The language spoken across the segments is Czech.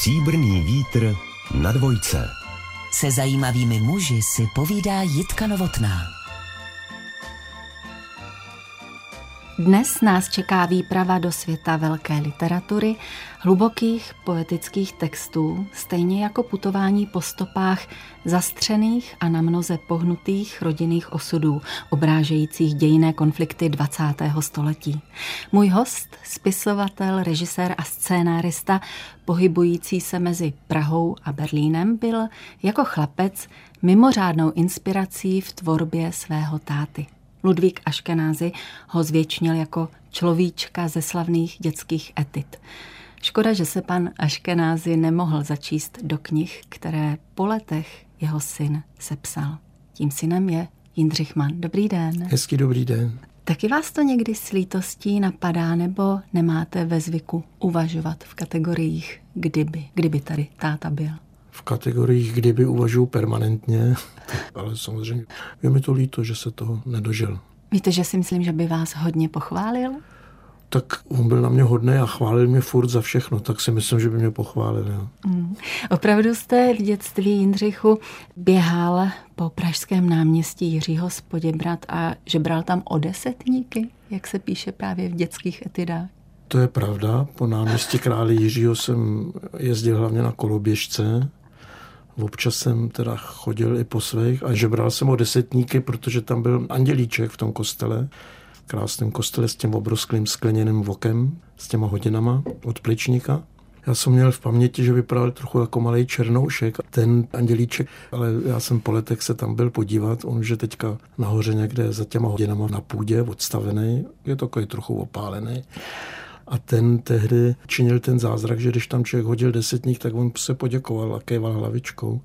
Stříbrný vítr na dvojce. Se zajímavými muži si povídá Jitka Novotná. Dnes nás čeká výprava do světa velké literatury, hlubokých poetických textů, stejně jako putování po stopách zastřených a namnoze pohnutých rodinných osudů, obrážejících dějinné konflikty 20. století. Můj host, spisovatel, režisér a scénárista, pohybující se mezi Prahou a Berlínem, byl jako chlapec mimořádnou inspirací v tvorbě svého táty. Ludvík Aškenázy ho zvětšnil jako človíčka ze slavných dětských etid. Škoda, že se pan Aškenázy nemohl začíst do knih, které po letech jeho syn sepsal. Tím synem je Jindřich Mann. Dobrý den. Hezký dobrý den. Taky vás to někdy s lítostí napadá, nebo nemáte ve zvyku uvažovat v kategoriích kdyby tady táta byl? V kategoriích kdyby uvažuji permanentně, ale samozřejmě je mi to líto, že se toho nedožil. Víte, že si myslím, že by vás hodně pochválil? Tak on byl na mě hodný a chválil mě furt za všechno, tak si myslím, že by mě pochválil. Jo. Opravdu jste v dětství, Jindřichu, běhal po pražském náměstí Jiřího z Poděbrad a žebral tam o desetníky, jak se píše právě v dětských etidách? To je pravda. Po náměstí krále Jiřího jsem jezdil hlavně na koloběžce. Občas jsem teda chodil i po svých a žebral jsem o desetníky, protože tam byl andělíček v tom kostele. V krásném kostele s tím obrovským skleněným vokem, s těma hodinama od Pličníka. Já jsem měl v paměti, že vypadal trochu jako malej černoušek, ten andělíček, ale já jsem po letech se tam byl podívat. On už je teďka nahoře někde za těma hodinama na půdě odstavený, je takový trochu opálený. A ten tehdy činil ten zázrak, že když tam člověk hodil desetník, tak on se poděkoval a kejval hlavičkou.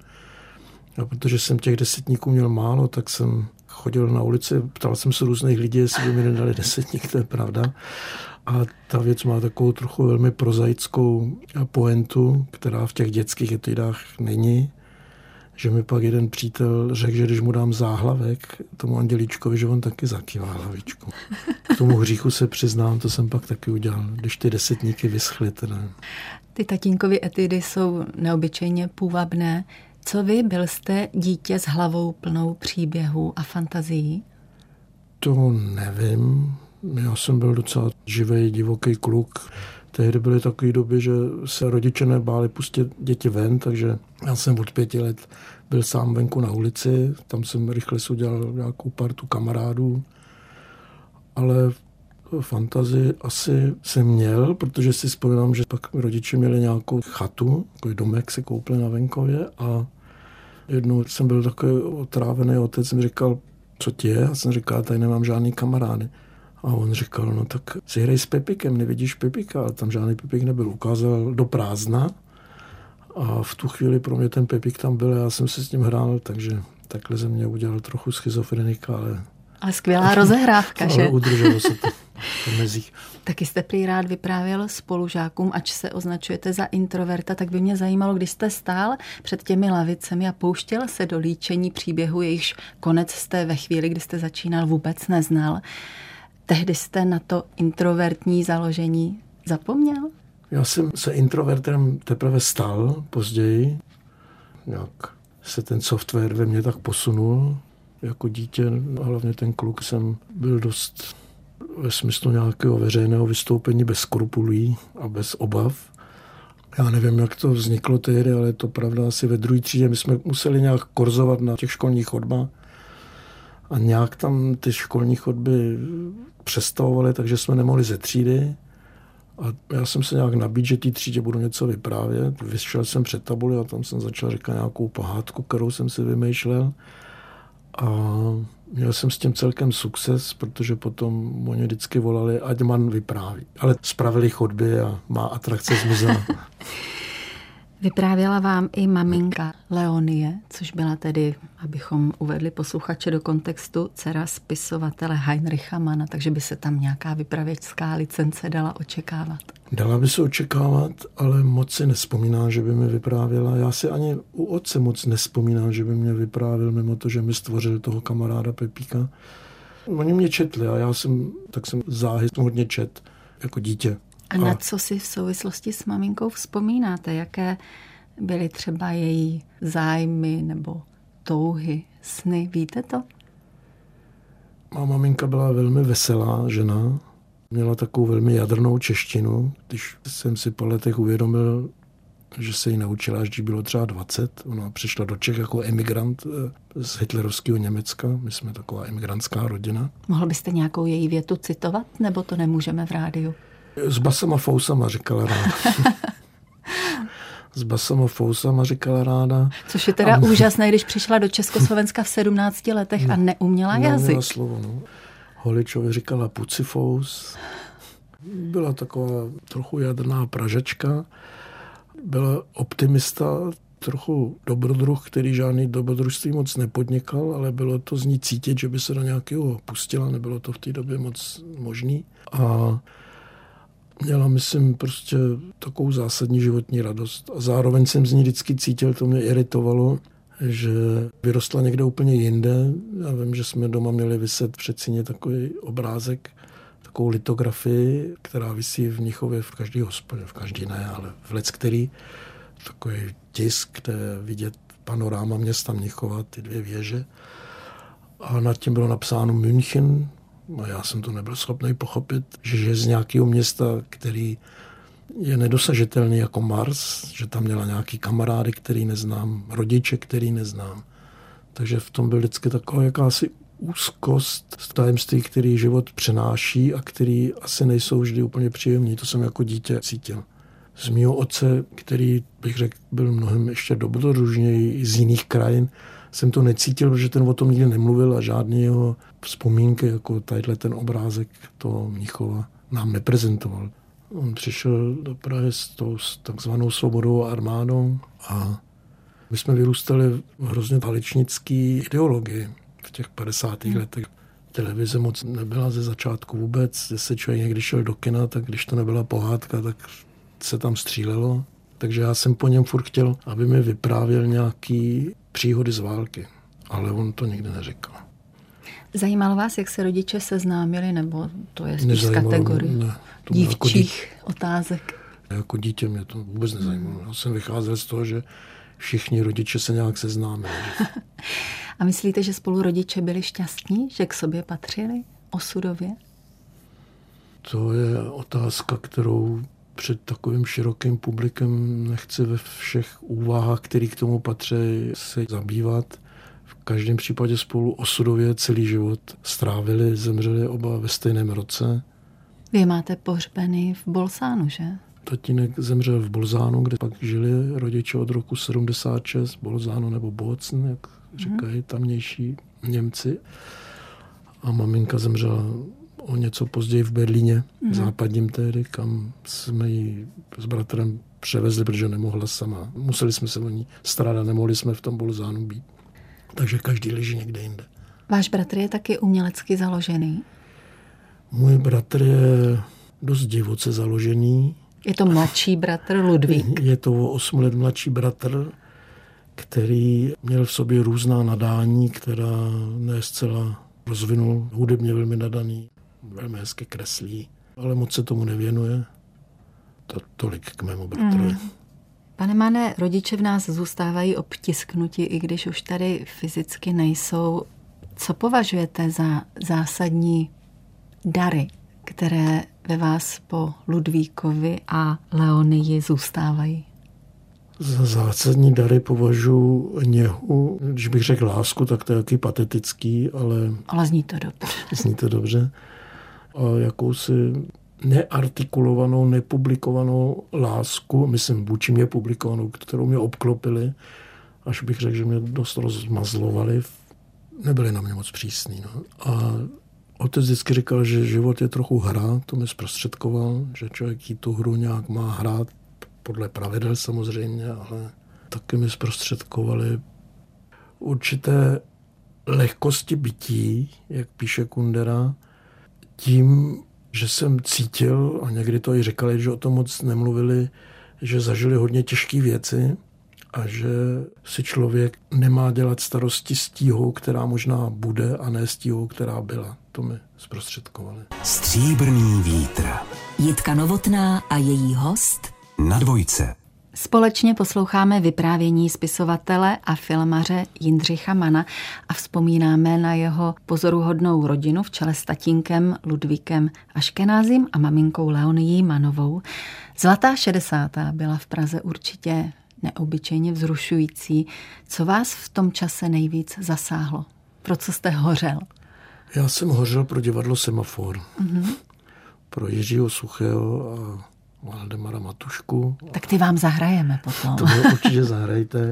A protože jsem těch desetníků měl málo, tak jsem chodil na ulici, ptal jsem se různých lidí, jestli by mi nedali desetník, to je pravda. A ta věc má takovou trochu velmi prozaickou pointu, která v těch dětských etidách není. Že mi pak jeden přítel řekl, že když mu dám záhlavek tomu andělíčkovi, že on taky zakývá hlavičku. K tomu hříchu se přiznám, to jsem pak taky udělal, když ty desetníky vyschly. Ty tatínkovy etidy jsou neobyčejně půvabné. Co vy, byl jste dítě s hlavou plnou příběhů a fantazií? To nevím. Já jsem byl docela živej, divoký kluk. Tehdy byly takové doby, že se rodiče nebáli pustit děti ven, takže já jsem od 5 let byl sám venku na ulici, tam jsem rychle si udělal nějakou partu kamarádů, ale fantazii asi jsem měl, protože si vzpomínám, že pak rodiče měli nějakou chatu, takový domek si koupili na venkově a jednou jsem byl takový otrávený, otec mi říkal, co ti je? Já jsem říkal, tady nemám žádný kamarády. A on říkal, no tak si hraj s Pepikem, nevidíš Pepika, ale tam žádný Pepik nebyl. Ukázal do prázdna a v tu chvíli pro mě ten Pepik tam byl a já jsem se s ním hrál, takže takhle ze mě udělal trochu schizofrenika, ale skvělá rozehrávka, že? Ale udrželo se to v mezích. Taky jste prý rád vyprávěl spolužákům, ač se označujete za introverta, tak by mě zajímalo, když jste stál před těmi lavicemi a pouštěl se do líčení příběhu, jejichž konec jste ve chvíli, kdy jste začínal, vůbec neznal. Tehdy jste na to introvertní založení zapomněl? Já jsem se introvertem teprve stal později. Jak se ten software ve mně tak posunul. Jako dítě, hlavně ten kluk, jsem byl dost ve smyslu nějakého veřejného vystoupení bez skrupulí a bez obav. Já nevím, jak to vzniklo tehdy, ale je to pravda asi ve druhé třídě. My jsme museli nějak korzovat na těch školních chodbách. A nějak tam ty školní chodby přestavovaly, takže jsme nemohli ze třídy. A já jsem se nějak nabídl, že té třídě budu něco vyprávět. Vyšel jsem před tabuli a tam jsem začal říkat nějakou pohádku, kterou jsem si vymýšlel. A měl jsem s tím celkem sukces, protože potom oni vždycky volali, ať man vypráví. Ale spravili chodby a má atrakce zmizela. Vyprávěla vám i maminka Leonie, což byla tedy, abychom uvedli posluchače do kontextu, dcera spisovatele Heinricha Manna, takže by se tam nějaká vypravěčská licence dala očekávat. Dala by se očekávat, ale moc si nespomínám, že by mi vyprávěla. Já si ani u otce moc nespomínám, že by mě vyprávěl, mimo to, že mi stvořil toho kamaráda Pepíka. Oni mě četli a já jsem záhy hodně čet jako dítě. A na co si v souvislosti s maminkou vzpomínáte? Jaké byly třeba její zájmy nebo touhy, sny? Víte to? Má maminka byla velmi veselá žena. Měla takovou velmi jadrnou češtinu. Když jsem si po letech uvědomil, že se jí naučila, až jí bylo třeba 20. Ona přišla do Čech jako emigrant z hitlerovského Německa. My jsme taková emigrantská rodina. Mohl byste nějakou její větu citovat, nebo to nemůžeme v rádiu? S basama fousama říkala ráda. S basama fousama říkala ráda. Což je teda úžasné, když přišla do Československa v 17 letech a neuměla jazyk. Neuměla slovo, no. Holičovi říkala pucifous. Byla taková trochu jadrná Pražačka. Byla optimista, trochu dobrodruh, který žádný dobrodružství moc nepodnikal, ale bylo to z ní cítit, že by se do nějakého pustila, nebylo to v té době moc možný. A měla, myslím, prostě takovou zásadní životní radost. A zároveň jsem z ní vždycky cítil, to mě iritovalo, že vyrostla někde úplně jinde. Já vím, že jsme doma měli vyset v Předsíně takový obrázek, takovou litografii, která visí v Mnichově v každý hospodě, v každý ne, ale v leckterý. Takový tisk, kde vidět panoráma města Mnichova, ty 2 věže. A nad tím bylo napsáno München. A já jsem to nebyl schopný pochopit, že je z nějakého města, který je nedosažitelný jako Mars, že tam měla nějaký kamarády, který neznám, rodiče, který neznám. Takže v tom byl vždycky taková jakási úzkost z tajemství, který život přenáší a který asi nejsou vždy úplně příjemný. To jsem jako dítě cítil. Z mýho otce, který, bych řekl, byl mnohem ještě dobrodružněji z jiných krajin, jsem to necítil, protože ten o tom nikdy nemluvil a žádný jeho vzpomínky, jako tadyhle ten obrázek toho Mnichova, nám neprezentoval. On přišel do Prahy s tou takzvanou svobodovou armádou a my jsme vyrůstali v hrozně válečnické ideologii v těch 50. letech. Televize moc nebyla ze začátku vůbec. Když se člověk někdy šel do kina, tak když to nebyla pohádka, tak se tam střílelo. Takže já jsem po něm furt chtěl, aby mi vyprávěl nějaký příhody z války. Ale on to nikdy neřekl. Zajímalo vás, jak se rodiče seznámili, nebo to je spíš z kategorie dívčích otázek? Jako dítě mě to vůbec nezajímalo. Já jsem vycházel z toho, že všichni rodiče se nějak seznámili. A myslíte, že spolu rodiče byli šťastní, že k sobě patřili osudově? To je otázka, kterou před takovým širokým publikem nechci ve všech úvahách, které k tomu patří, se zabývat. V každém případě spolu osudově celý život strávili, zemřeli oba ve stejném roce. Vy máte pohřbeny v Bolzánu, že? Tatínek zemřel v Bolzánu, kde pak žili rodiče od roku 76, Bolzánu nebo Bocen, jak říkají tamnější Němci. A maminka zemřela o něco později v Berlíně, v západním tedy, kam jsme ji s bratrem převezli, protože nemohla sama. Museli jsme se o ní starat a nemohli jsme v tom Bolzánu být. Takže každý leží někde jinde. Váš bratr je taky umělecky založený? Můj bratr je dost divoce založený. Je to mladší bratr Ludvík? Je to o 8 let mladší bratr, který měl v sobě různá nadání, která ne zcela rozvinul. Hudebně velmi nadaný, velmi hezky kreslí, ale moc se tomu nevěnuje. Tolik k mému bratrovi. Pane Manne, rodiče v nás zůstávají obtisknuti, i když už tady fyzicky nejsou. Co považujete za zásadní dary, které ve vás po Ludvíkovi a Leonii zůstávají? Za zásadní dary považuji něhu. Když bych řekl lásku, tak to je taky patetický, ale zní to dobře. Zní to dobře. A jakousi neartikulovanou, nepublikovanou lásku, myslím vůči mě publikovanou, kterou mě obklopili, až bych řekl, že mě dost rozmazlovali. Nebyli na mě moc přísní. No. A otec vždycky říkal, že život je trochu hra, to mi zprostředkoval, že člověk jí tu hru nějak má hrát, podle pravidel samozřejmě, ale taky mi zprostředkovali určité lehkosti bytí, jak píše Kundera, tím, že jsem cítil, a někdy to i říkali, že o tom moc nemluvili, že zažili hodně těžké věci a že si člověk nemá dělat starosti s tíhou, která možná bude, a ne s tíhou, která byla. To mi zprostředkovali. Stříbrný vítr. Jitka Novotná a její host Na dvojce. Společně posloucháme vyprávění spisovatele a filmaře Jindřicha Mana a vzpomínáme na jeho pozoruhodnou rodinu v čele s tatínkem Ludvíkem Aškenázim a maminkou Leonií Manovou. Zlatá 60. byla v Praze určitě neobyčejně vzrušující. Co vás v tom čase nejvíc zasáhlo? Pro co jste hořel? Já jsem hořel pro divadlo Semafor. Pro Jiřího Suchého a Valdemara Matušku. Tak ty vám zahrajeme potom. To určitě zahrajte.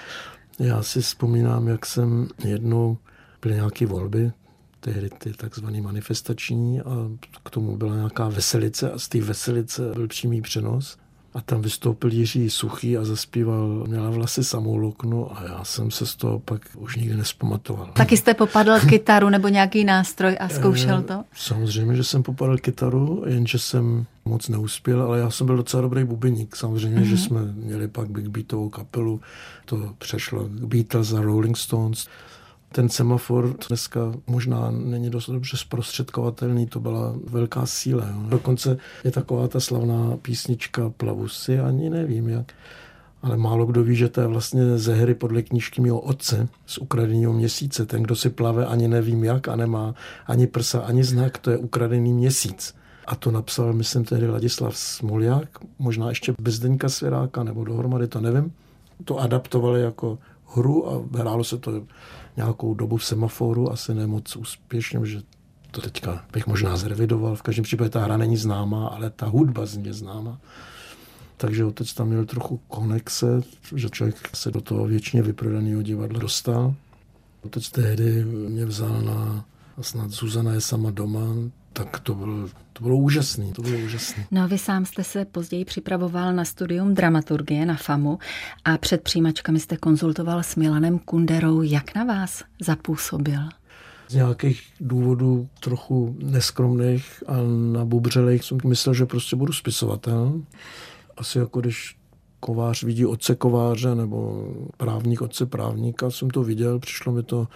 Já si vzpomínám, jak jsem jednou byly nějaké volby, tehdy ty takzvané manifestační, a k tomu byla nějaká veselice a z té veselice byl přímý přenos. A tam vystoupil Jiří Suchý a zaspíval Měla vlasy samouloknu a já jsem se z toho pak už nikdy nespamatoval. Taky jste popadl kytaru nebo nějaký nástroj a zkoušel to? Samozřejmě, že jsem popadl kytaru, jenže jsem moc neuspěl, ale já jsem byl docela dobrý bubeník. Samozřejmě, že jsme měli pak Big Beatovou kapelu, to přešlo k Beatles a Rolling Stones. Ten Semafor dneska možná není dost dobře zprostředkovatelný, to byla velká síla. Jo. Dokonce je taková ta slavná písnička Plavu si, ani nevím jak, ale málo kdo ví, že to je vlastně ze hry podle knížky mého otce z Ukradeného měsíce. Ten, kdo si plave, ani nevím jak a nemá ani prsa, ani znak, to je Ukradený měsíc. A to napsal, myslím, tehdy Ladislav Smolják, možná ještě bez Zdeňka Svěráka, nebo dohromady, to nevím. To adaptovali jako hru a hrálo se to nějakou dobu v Semaforu, asi nemoc úspěšně, že to teďka bych možná zrevidoval. V každém případě ta hra není známá, ale ta hudba z ní je známá. Takže otec tam měl trochu konexe, že člověk se do toho věčně vyprodaného divadla dostal. Otec tehdy mě vzal na snad Zuzana je sama doma, tak to bylo úžasný, No, vy sám jste se později připravoval na studium dramaturgie na FAMu a před přijímačkami jste konzultoval s Milanem Kunderou. Jak na vás zapůsobil? Z nějakých důvodů trochu neskromných a nabubřelých jsem myslel, že prostě budu spisovatel. Asi jako když kovář vidí otce kováře nebo právník otce právníka, jsem to viděl, přišlo mi to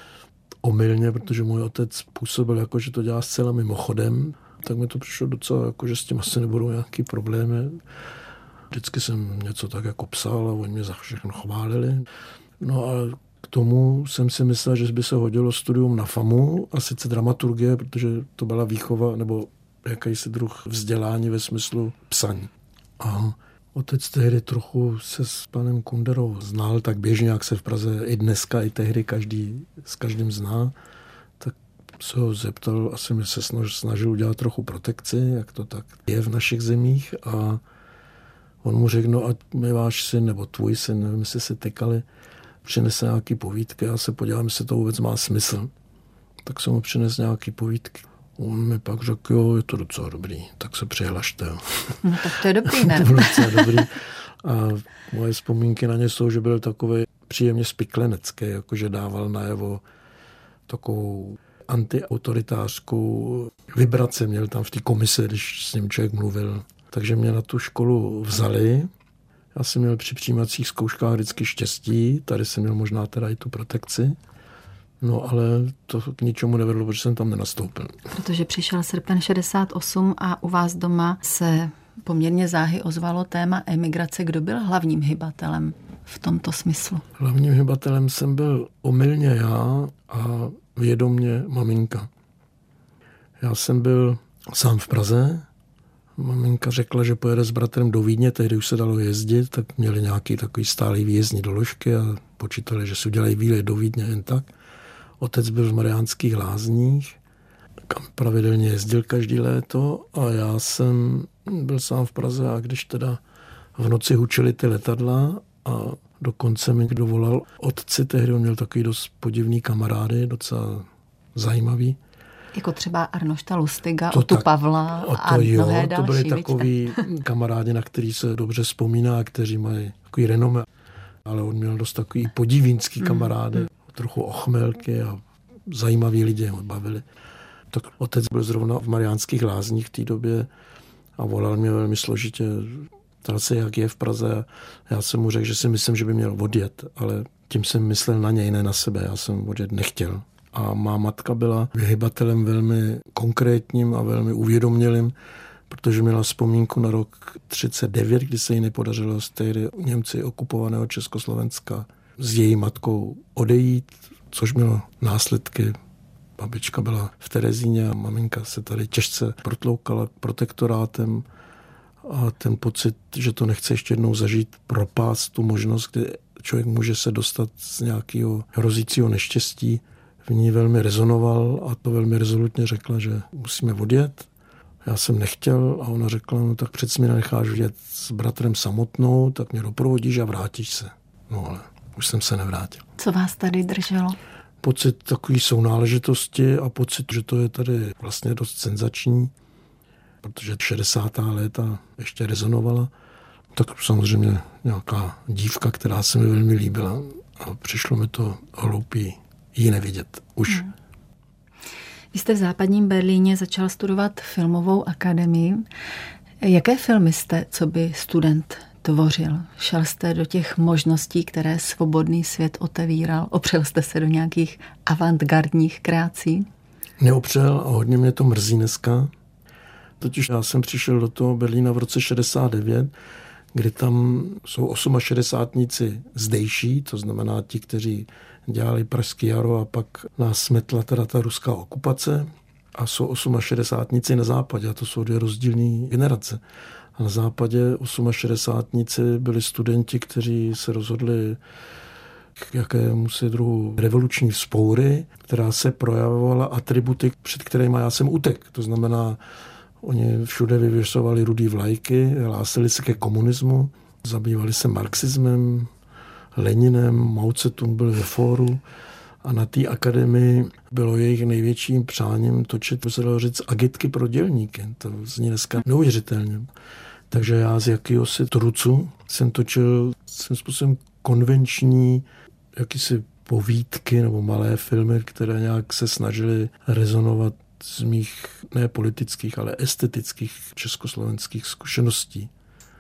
omylně, protože můj otec působil jako, že to dělá zcela mimochodem, tak mi to přišlo docela jako, že s tím asi nebudou nějaký problémy. Vždycky jsem něco tak jako psal a oni mě za všechno chválili. No a k tomu jsem si myslel, že by se hodilo studium na FAMu a sice dramaturgie, protože to byla výchova nebo jakýsi druh vzdělání ve smyslu psaní. A otec tehdy trochu se s panem Kunderou znal, tak běžně, jak se v Praze i dneska, i tehdy každý s každým zná, tak se ho zeptal, asi mi se snažil udělat trochu protekci, jak to tak je v našich zemích, a on mu řekl, no ať mi váš syn nebo tvůj syn, nevím, jestli se tekali, přinese nějaký povídky, já se podívám, jestli to vůbec má smysl. Tak jsem mu přinesl nějaký povídky. On mi pak řekl, jo, je to docela dobrý, tak se přihlašte. Jo. No tak to je dobrý, ne? To bylo docela dobrý. A moje vzpomínky na ně jsou, že byl takový příjemně spiklenecký, jakože dával najevo takovou antiautoritářskou vibraci. Měl tam v té komise, když s ním člověk mluvil. Takže mě na tu školu vzali. Já jsem měl při přijímacích zkouškách vždycky štěstí. Tady jsem měl možná teda i tu protekci. No ale to k ničemu nevedlo, protože jsem tam nenastoupil. Protože přišel srpen 68 a u vás doma se poměrně záhy ozvalo téma emigrace. Kdo byl hlavním hybatelem v tomto smyslu? Hlavním hybatelem jsem byl omylně já a vědomně maminka. Já jsem byl sám v Praze. Maminka řekla, že pojede s bratrem do Vídně, tehdy už se dalo jezdit, tak měli nějaký takový stálý výjezdní doložky a počítali, že si udělají výlet do Vídně jen tak. Otec byl v Mariánských Lázních, kam pravidelně jezdil každý léto, a já jsem byl sám v Praze, a když teda v noci hučeli ty letadla a dokonce mi kdo volal otci, tehdy on měl takový dost podivný kamarády, docela zajímavý. Jako třeba Arnošta Lustiga, Otu Pavla a mnohé další. To byli takový kamarádi, na který se dobře vzpomíná, kteří mají takový renomé. Ale on měl dost takový podivínský kamarády, trochu ochmelky a zajímaví lidi ho bavili. Tak otec byl zrovna v Mariánských Lázních v té době a volal mě velmi složitě. Ptal se, jak je v Praze. Já jsem mu řekl, že si myslím, že by měl odjet, ale tím jsem myslel na něj, ne na sebe. Já jsem odjet nechtěl. A má matka byla vyhybatelem velmi konkrétním a velmi uvědomělým, protože měla vzpomínku na rok 1939, kdy se jí nepodařilo z tehdy Němci okupovaného Československa s její matkou odejít, což mělo následky. Babička byla v Terezíně a maminka se tady těžce protloukala protektorátem a ten pocit, že to nechce ještě jednou zažít, propást tu možnost, kdy člověk může se dostat z nějakého hrozícího neštěstí, v ní velmi rezonoval a to velmi rezolutně řekla, že musíme odjet. Já jsem nechtěl a ona řekla, no tak přece mě necháš jet s bratrem samotnou, tak mě doprovodíš a vrátíš se. No ale už jsem se nevrátil. Co vás tady drželo? Pocit takový sounáležitosti a pocit, že to je tady vlastně dost senzační, protože 60. léta ještě rezonovala. Tak samozřejmě nějaká dívka, která se mi velmi líbila a přišlo mi to hloupý ji nevidět už. Vy jste v západním Berlíně začal studovat filmovou akademii. Jaké filmy jste, co by student tvořil? Šel jste do těch možností, které svobodný svět otevíral? Opřel jste se do nějakých avantgardních kreací? Neopřel a hodně mě to mrzí dneska. Totiž já jsem přišel do toho Berlína v roce 69, kdy tam jsou 68níci zdejší, to znamená ti, kteří dělali Pražský jaro a pak nás smetla teda ta ruská okupace a jsou 68níci na západě a to jsou dvě rozdílné generace. A na západě 68níci byli studenti, kteří se rozhodli k jakému si druhu revoluční vzpoury, která se projavovala atributy, před kterými já jsem utek. To znamená, oni všude vyvěšovali rudý vlajky, hlásili se ke komunismu, zabývali se marxismem, Leninem, Mao Tse-tung byl ve fóru a na té akademii bylo jejich největším přáním točit, se dalo říct, agitky pro dělníky. To zní dneska neuvěřitelně. Takže já z jakýhosi trucu jsem točil svým způsobem konvenční jakýsi povídky nebo malé filmy, které nějak se snažily rezonovat z mých ne politických, ale estetických československých zkušeností.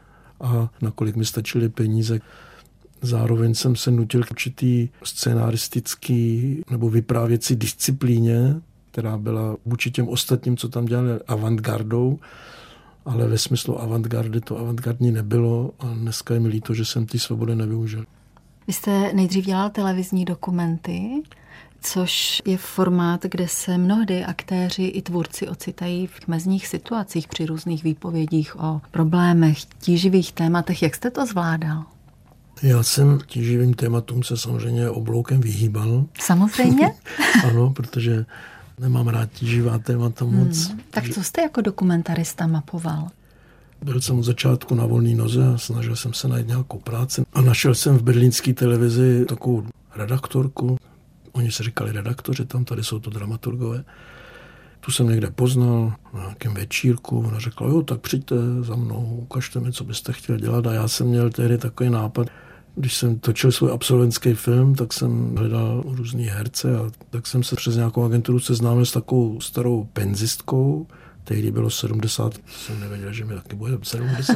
A nakolik mi stačily peníze, zároveň jsem se nutil k určitý scénaristický nebo vyprávěcí disciplíně, která byla vůči těm ostatním, co tam dělali, avantgardou, ale ve smyslu avantgardy to avantgardní nebylo a dneska je mi líto, že jsem ty svobody nevyužil. Vy jste nejdřív dělal televizní dokumenty, což je formát, kde se mnohdy aktéři i tvůrci ocitají v mezních situacích při různých výpovědích o problémech, tíživých tématech. Jak jste to zvládal? Já jsem tíživým tématům se samozřejmě obloukem vyhýbal. Samozřejmě? Ano, protože nemám rád tíživá témata moc. Tak co jste jako dokumentarista mapoval? Byl jsem od začátku na volné noze a snažil jsem se najít nějakou práci. A našel jsem v berlínské televizi takovou redaktorku. Oni se říkali redaktoři, tady jsou to dramaturgové. Tu jsem někde poznal na nějakém večírku. Ona řekla, jo, tak přijďte za mnou, ukažte mi, co byste chtěl dělat. A já jsem měl tehdy takový nápad. Když jsem točil svůj absolventský film, tak jsem hledal různý herce a tak jsem se přes nějakou agenturu seznámil s takovou starou penzistkou. Tehdy bylo 70, jsem nevěděl, že mi taky bude 70.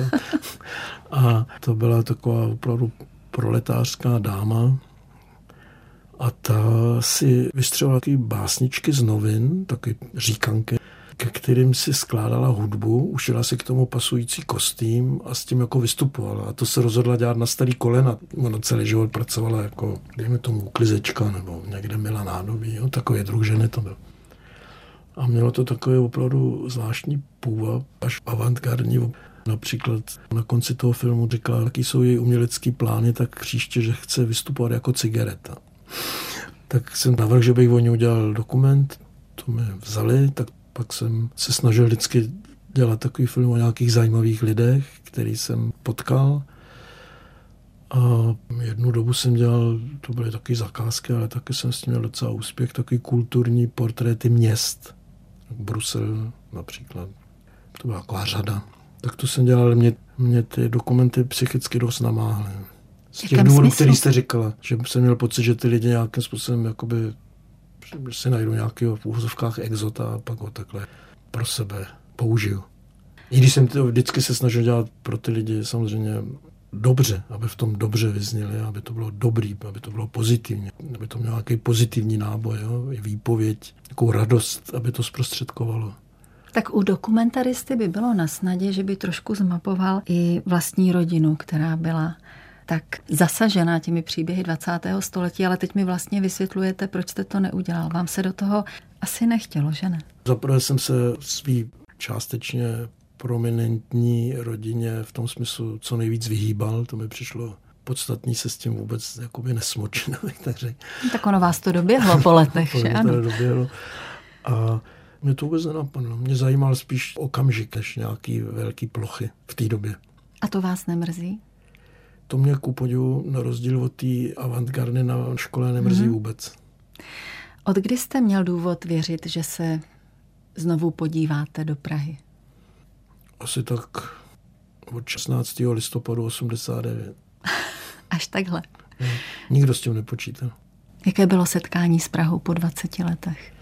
A to byla taková opravdu proletářská dáma. A ta si vystřelila taky básničky z novin, taky říkanky, ke kterým si skládala hudbu, ušila si k tomu pasující kostým a s tím jako vystupovala. A to se rozhodla dělat na starý kolena. Ona celý život pracovala jako, dejme tomu, uklizečka nebo někde měla nádobí. Jo? Takový druh ženy to byl. A mělo to takový opravdu zvláštní půvab, až avantgardní. Například na konci toho filmu říkala, jaký jsou její umělecký plány, tak příště, že chce vystupovat jako cigareta. Tak jsem navrhl, že bych o ní udělal dokument, to mi vzali, tak pak jsem se snažil vždycky dělat takový film o nějakých zajímavých lidech, který jsem potkal. A jednu dobu jsem dělal, to byly taky zakázky, ale taky jsem s tím měl docela úspěch, takový kulturní portréty měst. Brusel například. To byla taková řada. Tak to jsem dělal, ale mě ty dokumenty psychicky dost namáhly. Z těch důvodů, který jste říkala, že jsem měl pocit, že ty lidi nějakým způsobem jakoby, že si najdu nějakého v úvozovkách exota a pak ho takhle pro sebe použiju. I když jsem to vždycky se snažil dělat pro ty lidi samozřejmě dobře, aby v tom dobře vyzněli, aby to bylo dobrý, aby to bylo pozitivní, aby to mělo nějaký pozitivní náboj, jo? I výpověď, takovou radost, aby to zprostředkovalo. Tak u dokumentaristy by bylo na snadě, že by trošku zmapoval i vlastní rodinu, která byla tak zasažená těmi příběhy 20. století, ale teď mi vlastně vysvětlujete, proč jste to neudělal. Vám se do toho asi nechtělo, že ne? Zaprvé jsem se svý částečně prominentní rodině v tom smyslu co nejvíc vyhýbal. To mi přišlo podstatný se s tím vůbec jakoby nesmočit. Tak ono vás to doběhlo po letech, že ano? Doběhlo. A mě to vůbec nenapadlo. Mě zajímal spíš okamžik, než nějaký velký plochy v té době. A to vás nemrzí? To mě ku podivu na rozdíl od té avantgardy na škole nemrzí vůbec. Od kdy jste měl důvod věřit, že se znovu podíváte do Prahy? Asi tak od 16. listopadu 89. Až takhle. Nikdo s tím nepočítal. Jaké bylo setkání s Prahou po 20 letech?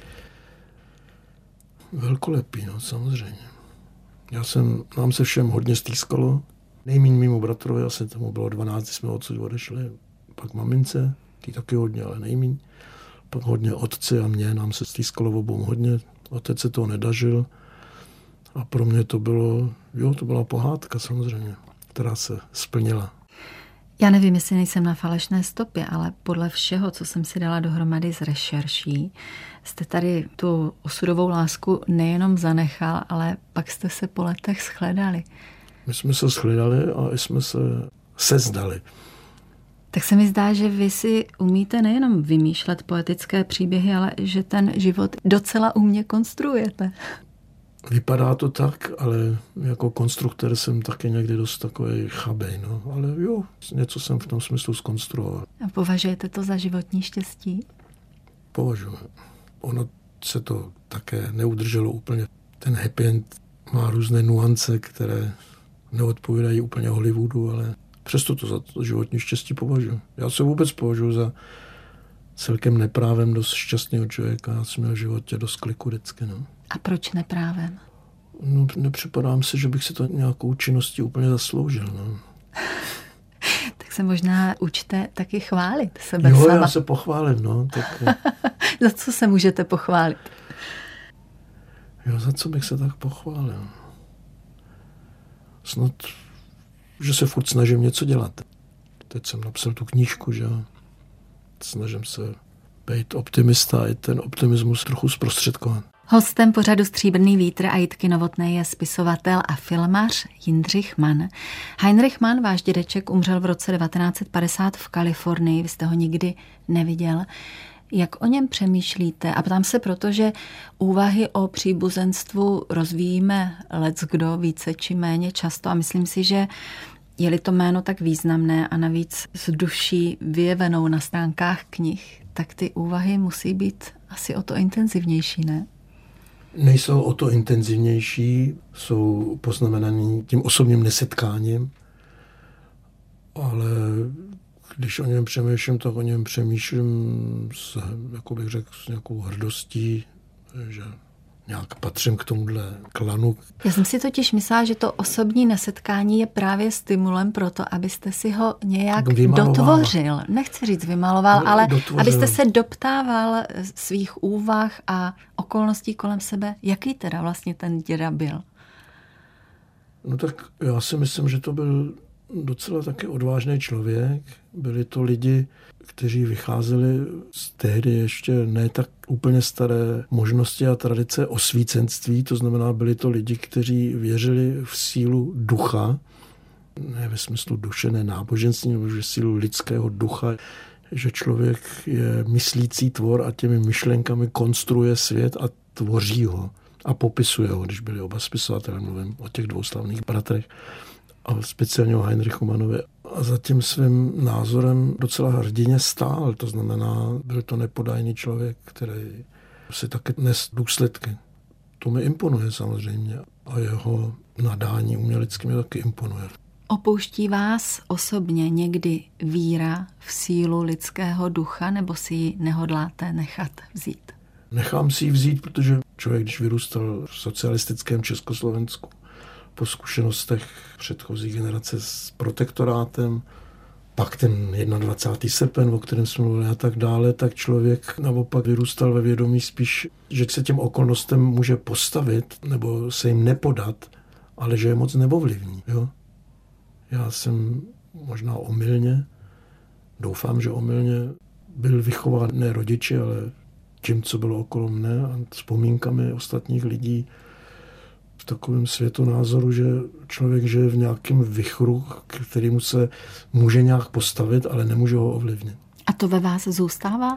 Velkolepý, no, samozřejmě. Nám se všem hodně stýskalo. Nejmíň mému bratrovi, asi tomu bylo 12, když jsme odsud odešli. Pak mamince, ty taky hodně, ale nejmíň. Pak hodně otci a mě, nám se stýskalo obou hodně. Otec se toho nedažil. A pro mě to byla pohádka samozřejmě, která se splnila. Já nevím, jestli nejsem na falešné stopě, ale podle všeho, co jsem si dala dohromady z rešerší, jste tady tu osudovou lásku nejenom zanechal, ale pak jste se po letech shledali. My jsme se shledali a jsme se sezdali. Tak se mi zdá, že vy si umíte nejenom vymýšlet poetické příběhy, ale že ten život docela umně konstruujete. Vypadá to tak, ale jako konstruktor jsem taky někdy dost takový chabej, no. Ale jo, něco jsem v tom smyslu zkonstruoval. A považujete to za životní štěstí? Považuji. Ono se to také neudrželo úplně. Ten happy end má různé nuance, které neodpovídají úplně Hollywoodu, ale přesto to za to životní štěstí považuji. Já se vůbec považuji za celkem neprávem dost šťastného člověka. Já jsem měl v životě dost kliku vždycky, no. A proč neprávem? No, nepřipadám si, že bych si to nějakou činností úplně zasloužil, no. Tak se možná učte taky chválit sebe sama. Jo, já se pochválit, no. Tak... Za co se můžete pochválit? Jo, za co bych se tak pochválil? Snad, že se furt snažím něco dělat. Teď jsem napsal tu knížku, že jo. Snažím se být optimista a i ten optimismus trochu zprostředkovat. Hostem pořadu Stříbrný vítr a Jitky Novotné je spisovatel a filmař Jindřich Mann. Heinrich Mann, váš dědeček, umřel v roce 1950 v Kalifornii. Vy jste ho nikdy neviděl. Jak o něm přemýšlíte? A ptám se, protože úvahy o příbuzenstvu rozvíjíme leckdo více či méně často a myslím si, že je-li to jméno tak významné a navíc s duší vyjevenou na stránkách knih, tak ty úvahy musí být asi o to intenzivnější, ne? Nejsou o to intenzivnější, jsou poznamenaný tím osobním nesetkáním, ale když o něm přemýšlím, tak o něm přemýšlím jako bych řekl, s nějakou hrdostí, že nějak patřím k tomuhle klanu. Já jsem si totiž myslela, že to osobní nesetkání je právě stimulem pro to, abyste si ho nějak dotvořil. Nechci říct vymaloval, ale dotvořil. Abyste se doptával svých úvah a okolností kolem sebe. Jaký teda vlastně ten děda byl? No tak já si myslím, že to byl docela taky odvážný člověk. Byli to lidi, kteří vycházeli z tehdy ještě ne tak úplně staré možnosti a tradice osvícenství. To znamená, byli to lidi, kteří věřili v sílu ducha, ne ve smyslu duše, ne náboženství, nebo že sílu lidského ducha, že člověk je myslící tvor a těmi myšlenkami konstruuje svět a tvoří ho a popisuje ho, když byli oba spisovatelé, mluvím o těch dvou slavných bratrech, a speciálně o Heinrichu Mannovi. A za tím svým názorem docela hrdině stál. To znamená, byl to nepodajný člověk, který si taky nes důsledky. To mi imponuje samozřejmě. A jeho nadání umělecky mi taky imponuje. Opouští vás osobně někdy víra v sílu lidského ducha, nebo si ji nehodláte nechat vzít? Nechám si ji vzít, protože člověk, když vyrůstal v socialistickém Československu, po zkušenostech předchozí generace s protektorátem, pak ten 21. srpen, o kterém jsme mluvili a tak dále, tak člověk naopak vyrůstal ve vědomí spíš, že se těm okolnostem může postavit nebo se jim nepodat, ale že je moc neovlivní. Jo? Já jsem možná omylně, doufám, že omylně, byl vychován ne rodiči, ale tím, co bylo okolo mne a vzpomínkami ostatních lidí v takovém světonázoru, že člověk žije v nějakém vichru, kterému se může nějak postavit, ale nemůže ho ovlivnit. A to ve vás zůstává?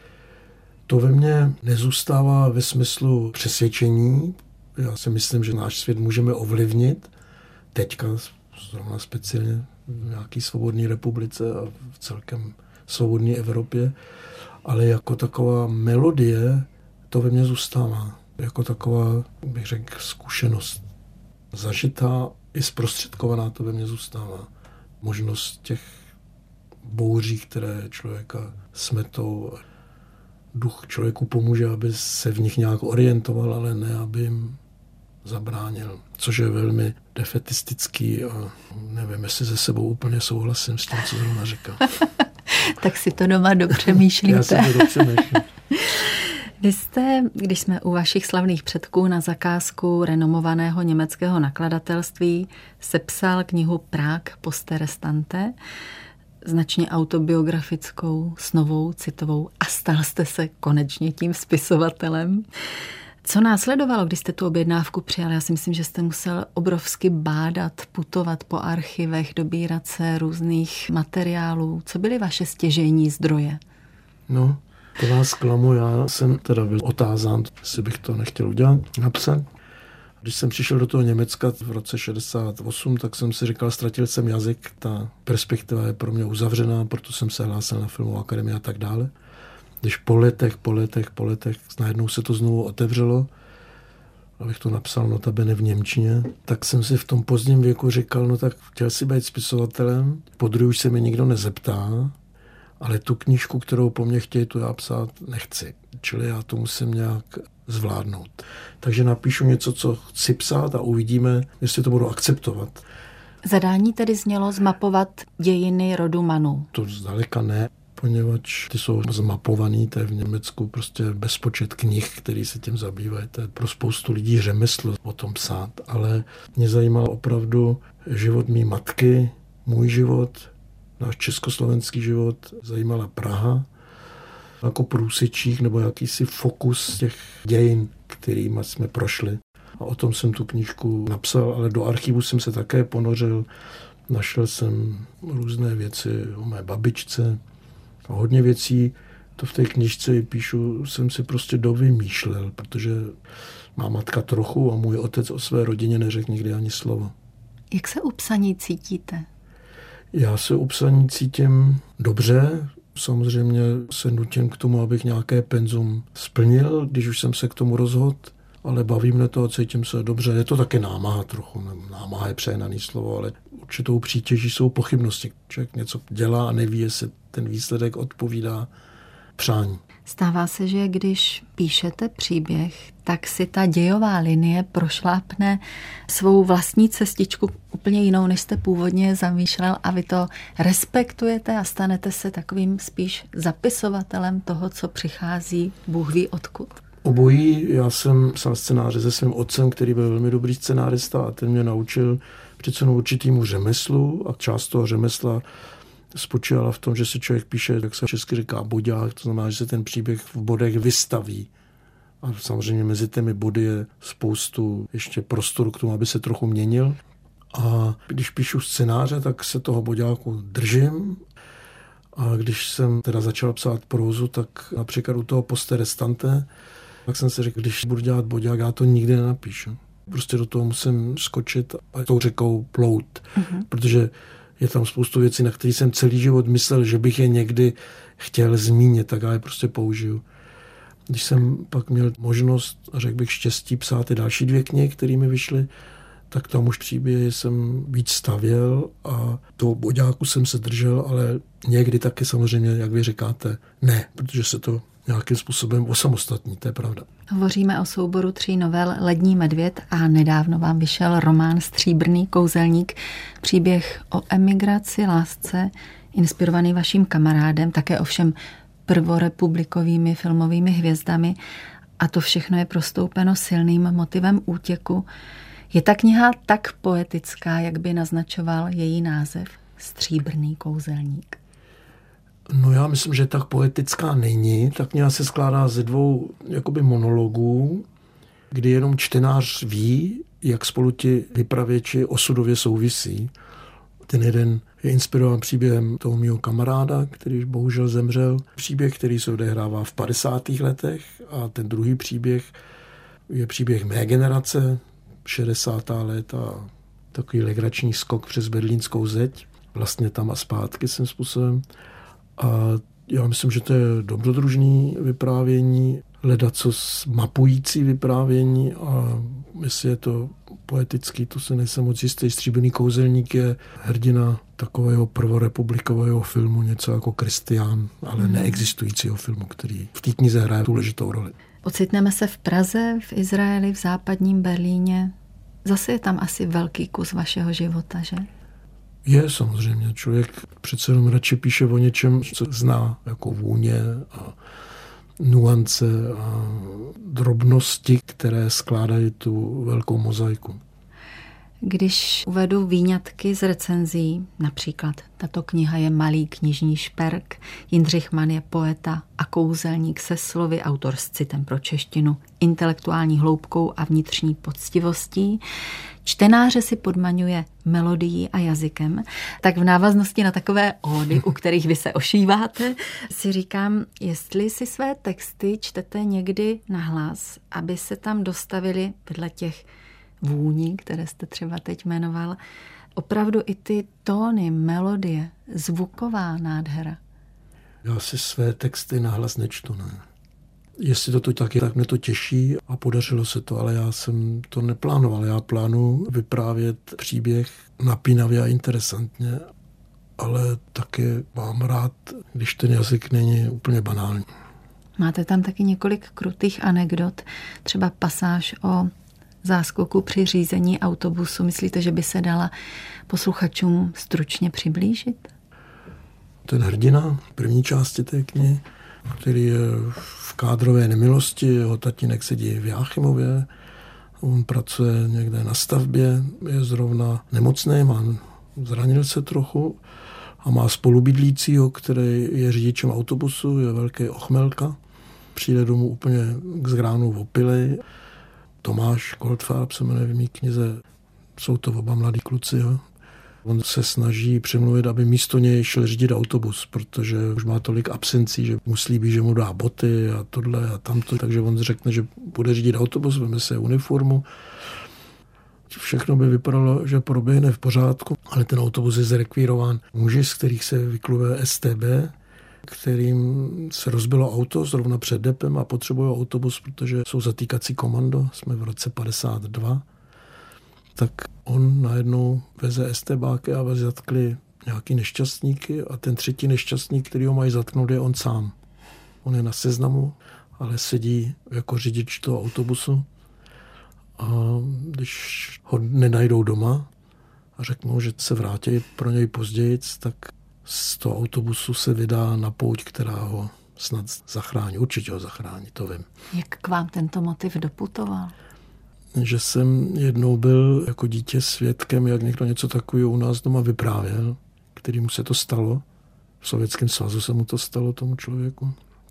To ve mně nezůstává ve smyslu přesvědčení. Já si myslím, že náš svět můžeme ovlivnit. Teďka zrovna speciálně v nějaké svobodné republice a v celkem svobodné Evropě. Ale jako taková melodie to ve mně zůstává. Jako taková, bych řekl, zkušenost. Zažitá i zprostředkovaná to ve mně zůstává. Možnost těch bouří, které člověka smetou. Duch člověku pomůže, aby se v nich nějak orientoval, ale ne, aby jim zabránil. Což je velmi defetistický a nevím, jestli se sebou úplně souhlasím s tím, co zrovna říkal. Tak si to doma dopřemýšlíte. Já si to dopřemýšlím. Vy jste, když jsme u vašich slavných předků na zakázku renomovaného německého nakladatelství, sepsal knihu Prag poste restante, značně autobiografickou, snovou, citovou, a stal jste se konečně tím spisovatelem. Co následovalo, když jste tu objednávku přijal? Já si myslím, že jste musel obrovsky bádat, putovat po archivech, dobírat se různých materiálů. Co byly vaše stěžejní zdroje? No, to vás klamu, já jsem teda byl otázán, jestli bych to nechtěl udělat, napsat. Když jsem přišel do toho Německa v roce 68, tak jsem si říkal, ztratil jsem jazyk, ta perspektiva je pro mě uzavřená, proto jsem se hlásil na filmovou akademii a tak dále. Když po letech, najednou se to znovu otevřelo, abych to napsal notabene v němčině, tak jsem si v tom pozdním věku říkal, no tak chtěl si být spisovatelem, podruhé už se mi nikdo nezeptá, ale tu knížku, kterou po mně chtějí, tu já psát nechci. Čili já to musím nějak zvládnout. Takže napíšu něco, co chci psát a uvidíme, jestli to budu akceptovat. Zadání tedy znělo zmapovat dějiny rodu Manů. To zdaleka ne, poněvadž ty jsou zmapovaný, to je v Německu prostě bezpočet knih, který se tím zabývají. To je pro spoustu lidí řemeslo o tom psát, ale mě zajímal opravdu život mý matky, můj život, náš československý život, zajímala Praha, jako průsečík nebo jakýsi fokus těch dějin, kterými jsme prošli. A o tom jsem tu knížku napsal, ale do archivu jsem se také ponořil. Našel jsem různé věci o mé babičce a hodně věcí, to v té knížce píšu, jsem si prostě dovymýšlel, protože má matka trochu a můj otec o své rodině neřekl nikdy ani slovo. Jak se u psaní cítíte? Já se u psaní cítím dobře. Samozřejmě se nutím k tomu, abych nějaké penzum splnil, když už jsem se k tomu rozhodl, ale baví mě to a cítím se dobře. Je to taky námaha trochu, námaha je přehnaný slovo, ale určitou přítěží jsou pochybnosti. Člověk něco dělá a neví, jestli ten výsledek odpovídá přání. Stává se, že když píšete příběh, tak si ta dějová linie prošlápne svou vlastní cestičku úplně jinou, než jste původně zamýšlel, a vy to respektujete a stanete se takovým spíš zapisovatelem toho, co přichází, Bůh ví odkud. Obojí, já jsem psal scénáře se svým otcem, který byl velmi dobrý scenárista a ten mě naučil přece určitýmu řemeslu a část toho řemesla spočívala v tom, že si člověk píše, jak se česky říká, bodák, to znamená, že se ten příběh v bodech vystaví. A samozřejmě mezi těmi body je spoustu ještě prostoru k tomu, aby se trochu měnil. A když píšu scénáře, tak se toho bodáku držím. A když jsem teda začal psát prózu, tak například u toho Poste restante, tak jsem si řekl, když budu dělat bodák, já to nikdy nenapíšu. Prostě do toho musím skočit a tou řekou plout, protože je tam spoustu věcí, na které jsem celý život myslel, že bych je někdy chtěl zmínit, tak já je prostě použiju. Když jsem pak měl možnost, a řekl bych štěstí, psát ty další 2 knihy, které mi vyšly, tak tam už příběhy jsem víc stavěl a toho boďáku jsem se držel, ale někdy taky samozřejmě, jak vy říkáte, ne, protože se to nějakým způsobem osamostatní, to je pravda. Hovoříme o souboru 3 novel Lední medvěd a nedávno vám vyšel román Stříbrný kouzelník, příběh o emigraci, lásce, inspirovaný vaším kamarádem, také ovšem prvorepublikovými filmovými hvězdami, a to všechno je prostoupeno silným motivem útěku. Je ta kniha tak poetická, jak by naznačoval její název Stříbrný kouzelník? No já myslím, že tak poetická není. Ta kniha se skládá ze 2 jakoby monologů, kdy jenom čtenář ví, jak spolu ti vypravěči osudově souvisí. Ten jeden je inspirován příběhem toho mýho kamaráda, který bohužel zemřel. Příběh, který se odehrává v 50. letech, a ten druhý příběh je příběh mé generace, 60. let, a takový legrační skok přes berlínskou zeď, vlastně tam a zpátky svým způsobem. A já myslím, že to je dobrodružný vyprávění, ledacos mapující vyprávění, a jestli je to poetický, to se nejsem moc jistý. Stříbrný kouzelník je hrdina takového prvorepublikového filmu, něco jako Kristián, ale neexistujícího filmu, který v té knize hraje důležitou roli. Ocitneme se v Praze, v Izraeli, v západním Berlíně. Zase je tam asi velký kus vašeho života, že? Je samozřejmě. Člověk přece jenom radši píše o něčem, co zná, jako vůně a nuance a drobnosti, které skládají tu velkou mozaiku. Když uvedu výňatky z recenzí, například tato kniha je malý knižní šperk, Jindřich Mann je poeta a kouzelník se slovy, autor s citem pro češtinu, intelektuální hloubkou a vnitřní poctivostí, čtenáře si podmaňuje melodií a jazykem, tak v návaznosti na takové ódy, u kterých vy se ošíváte, si říkám, jestli si své texty čtete někdy nahlas, aby se tam dostavili vedle těch vůní, které jste třeba teď jmenoval, opravdu i ty tóny, melodie, zvuková nádhera. Já si své texty nahlas nečtu, ne. Jestli to tak je, tak mě to těší a podařilo se to, ale já jsem to neplánoval. Já plánuji vyprávět příběh napínavě a interesantně, ale také mám rád, když ten jazyk není úplně banální. Máte tam taky několik krutých anekdot, třeba pasáž o záskoku při řízení autobusu. Myslíte, že by se dala posluchačům stručně přiblížit? Ten hrdina první části té knihy, který je v kádrové nemilosti, jeho tatínek sedí v Jáchymově, on pracuje někde na stavbě, je zrovna nemocný, zranil se trochu a má spolubydlícího, který je řidičem autobusu, je velký ochmelka, přijde domů úplně k zránu opilej. Tomáš Goldfarb se jmenuje v mý knize, jsou to oba mladí kluci. Jo. On se snaží přemluvit, aby místo něj šel řídit autobus, protože už má tolik absencí, že mu slíbí, že mu dá boty a tohle a tamto, takže on řekne, že bude řídit autobus, veme se uniformu. Všechno by vypadalo, že proběhne v pořádku, ale ten autobus je zrekvírován muži, z kterých se vyklube STB, kterým se rozbilo auto zrovna před depem a potřebují autobus, protože jsou zatýkací komando, jsme v roce 52. Tak on najednou veze STBáky a zatkli nějaký nešťastníky a ten třetí nešťastník, který ho mají zatknout, je on sám. On je na seznamu, ale sedí jako řidič toho autobusu a když ho nenajdou doma a řeknou, že se vrátí pro něj později, tak z toho autobusu se vydá na pouť, která ho snad zachrání. Určitě ho zachrání, to vím. Jak k vám tento motiv doputoval? Že jsem jednou byl jako dítě svědkem, jak někdo něco takového u nás doma vyprávěl, kterému se to stalo. V Sovětském svazu se mu to stalo, tomu člověku.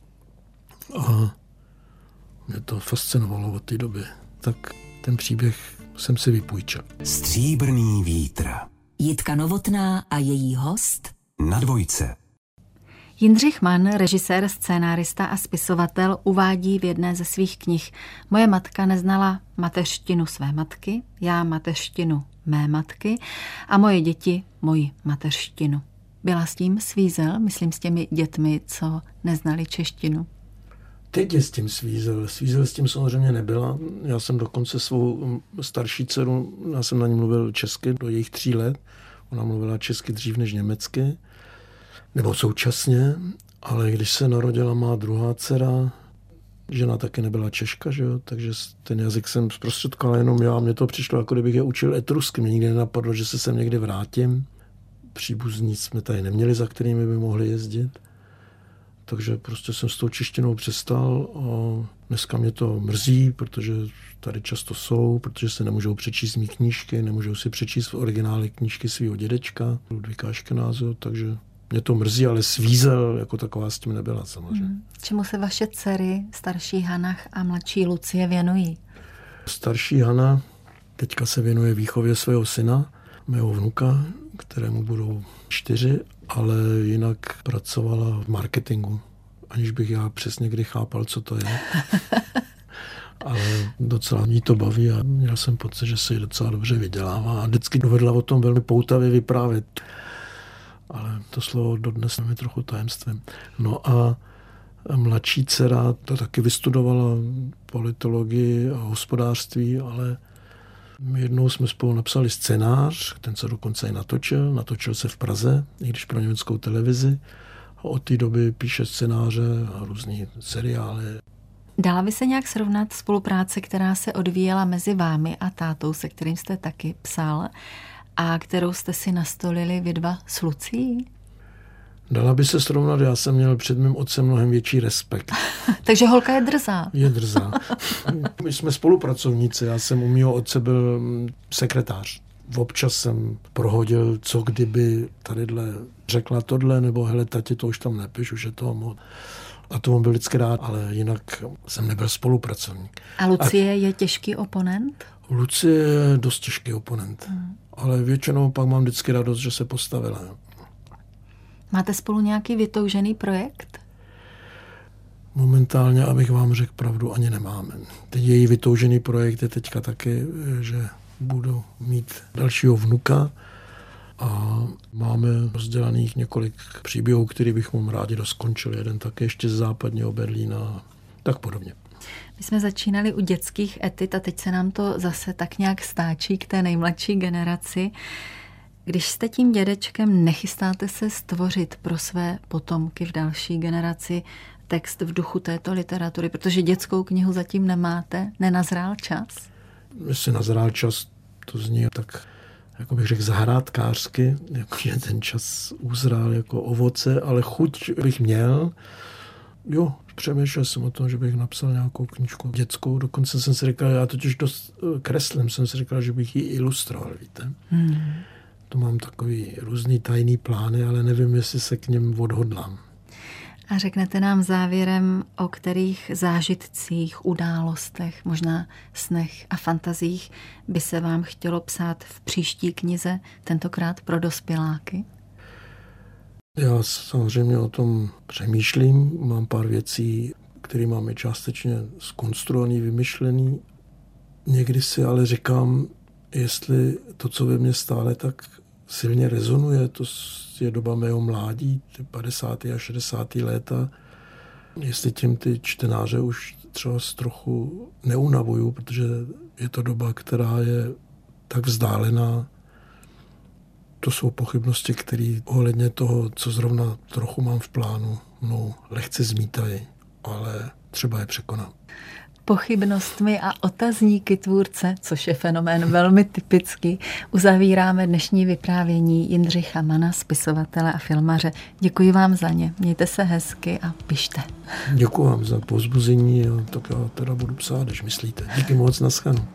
A mě to fascinovalo od té doby. Tak ten příběh jsem si vypůjčil. Stříbrný vítr. Jitka Novotná a její host Na Dvojce. Jindřich Mann, režisér, scénárista a spisovatel, uvádí v jedné ze svých knih: Moje matka neznala mateřštinu své matky, já mateřštinu mé matky a moje děti moji mateřštinu. Byla s tím svízel, myslím s těmi dětmi, co neznali češtinu? Teď je s tím svízel. Svízel s tím samozřejmě nebyla. Já jsem dokonce svou starší dceru, já jsem na ní mluvil česky do jejich 3 let. Ona mluvila česky dřív než německy, nebo současně. Ale když se narodila má druhá dcera, žena taky nebyla Češka, že jo? Takže ten jazyk jsem zprostředkoval jenom já. Mně to přišlo, jako kdybych je učil etrusky. Mě nikdy nenapadlo, že se sem někdy vrátím. Příbuzní jsme tady neměli, za kterými by mohli jezdit. Takže prostě jsem s tou češtinou přestal a dneska mě to mrzí, protože tady často jsou, protože se nemůžou přečíst mý knížky, nemůžou si přečíst v originále knížky svého dědečka, Ludvíka Aškenázyho, takže mě to mrzí, ale svízel jako taková s tím nebyla samozřejmě. Čemu se vaše dcery, starší Hana a mladší Lucie, věnují? Starší Hana teďka se věnuje výchově svého syna, mého vnuka, kterému budou 4, ale jinak pracovala v marketingu, aniž bych já přesně kdy chápal, co to je. Ale docela mě to baví a měl jsem pocit, že se jí docela dobře vydělává a vždycky dovedla o tom velmi poutavě vyprávět. Ale to slovo dodnes je trochu tajemstvím. No a mladší dcera to taky vystudovala politologii a hospodářství, ale jednou jsme spolu napsali scénář, ten se dokonce i natočil se v Praze, i když pro německou televizi. A od té doby píše scénáře a různý seriály. Dala by se nějak srovnat spolupráce, která se odvíjela mezi vámi a tátou, se kterým jste taky psal, a kterou jste si nastolili vy dva s Lucií? Dala by se srovnat, já jsem měl před mým otcem mnohem větší respekt. Takže holka je drzá. Je drzá. My jsme spolupracovníci, já jsem u mýho otce byl sekretář. Občas jsem prohodil, co kdyby tadyhle řekla tohle, nebo hele, tati, to už tam nepiš, už je toho moc. A to on byl vždycky rád, ale jinak jsem nebyl spolupracovník. A Lucie je těžký oponent? Lucie je dost těžký oponent, ale většinou pak mám vždycky radost, že se postavila. Máte spolu nějaký vytoužený projekt? Momentálně, abych vám řekl pravdu, ani nemáme. Teď její vytoužený projekt je teďka taky, že budu mít dalšího vnuka a máme rozdělaných několik příběhů, který bychom rádi doskončili. Jeden také ještě z západního Berlína, tak podobně. My jsme začínali u dětských etit a teď se nám to zase tak nějak stáčí k té nejmladší generaci. Když jste tím dědečkem, nechystáte se stvořit pro své potomky v další generaci text v duchu této literatury, protože dětskou knihu zatím nemáte, nenazrál čas? Jestli nazrál čas, to zní tak, jako bych řekl, zahrádkářsky, jako že ten čas uzrál jako ovoce, ale chuť bych měl. Jo, přemýšlel jsem o tom, že bych napsal nějakou knížku dětskou, dokonce jsem si říkal, já totiž dost kreslím, jsem si říkal, že bych ji ilustroval, víte. To mám takový různý tajný plány, ale nevím, jestli se k něm odhodlám. A řeknete nám závěrem, o kterých zážitcích, událostech, možná snech a fantazích by se vám chtělo psát v příští knize, tentokrát pro dospěláky? Já samozřejmě o tom přemýšlím. Mám pár věcí, které máme částečně zkonstruovaný, vymyšlený. Někdy si ale říkám, jestli to, co ve mně stále tak silně rezonuje, to je doba mého mládí, ty 50. a 60. léta, jestli tím ty čtenáře už třeba trochu neunavuju, protože je to doba, která je tak vzdálená. To jsou pochybnosti, které ohledně toho, co zrovna trochu mám v plánu, mnou lehce zmítají, ale třeba je překonám. Pochybnostmi a otazníky tvůrce, což je fenomén velmi typický, uzavíráme dnešní vyprávění Jindřicha Mana, spisovatele a filmaře. Děkuji vám za ně. Mějte se hezky a pište. Děkuji vám za povzbuzení a tak já teda budu psát, když myslíte. Díky moc, naschledanou.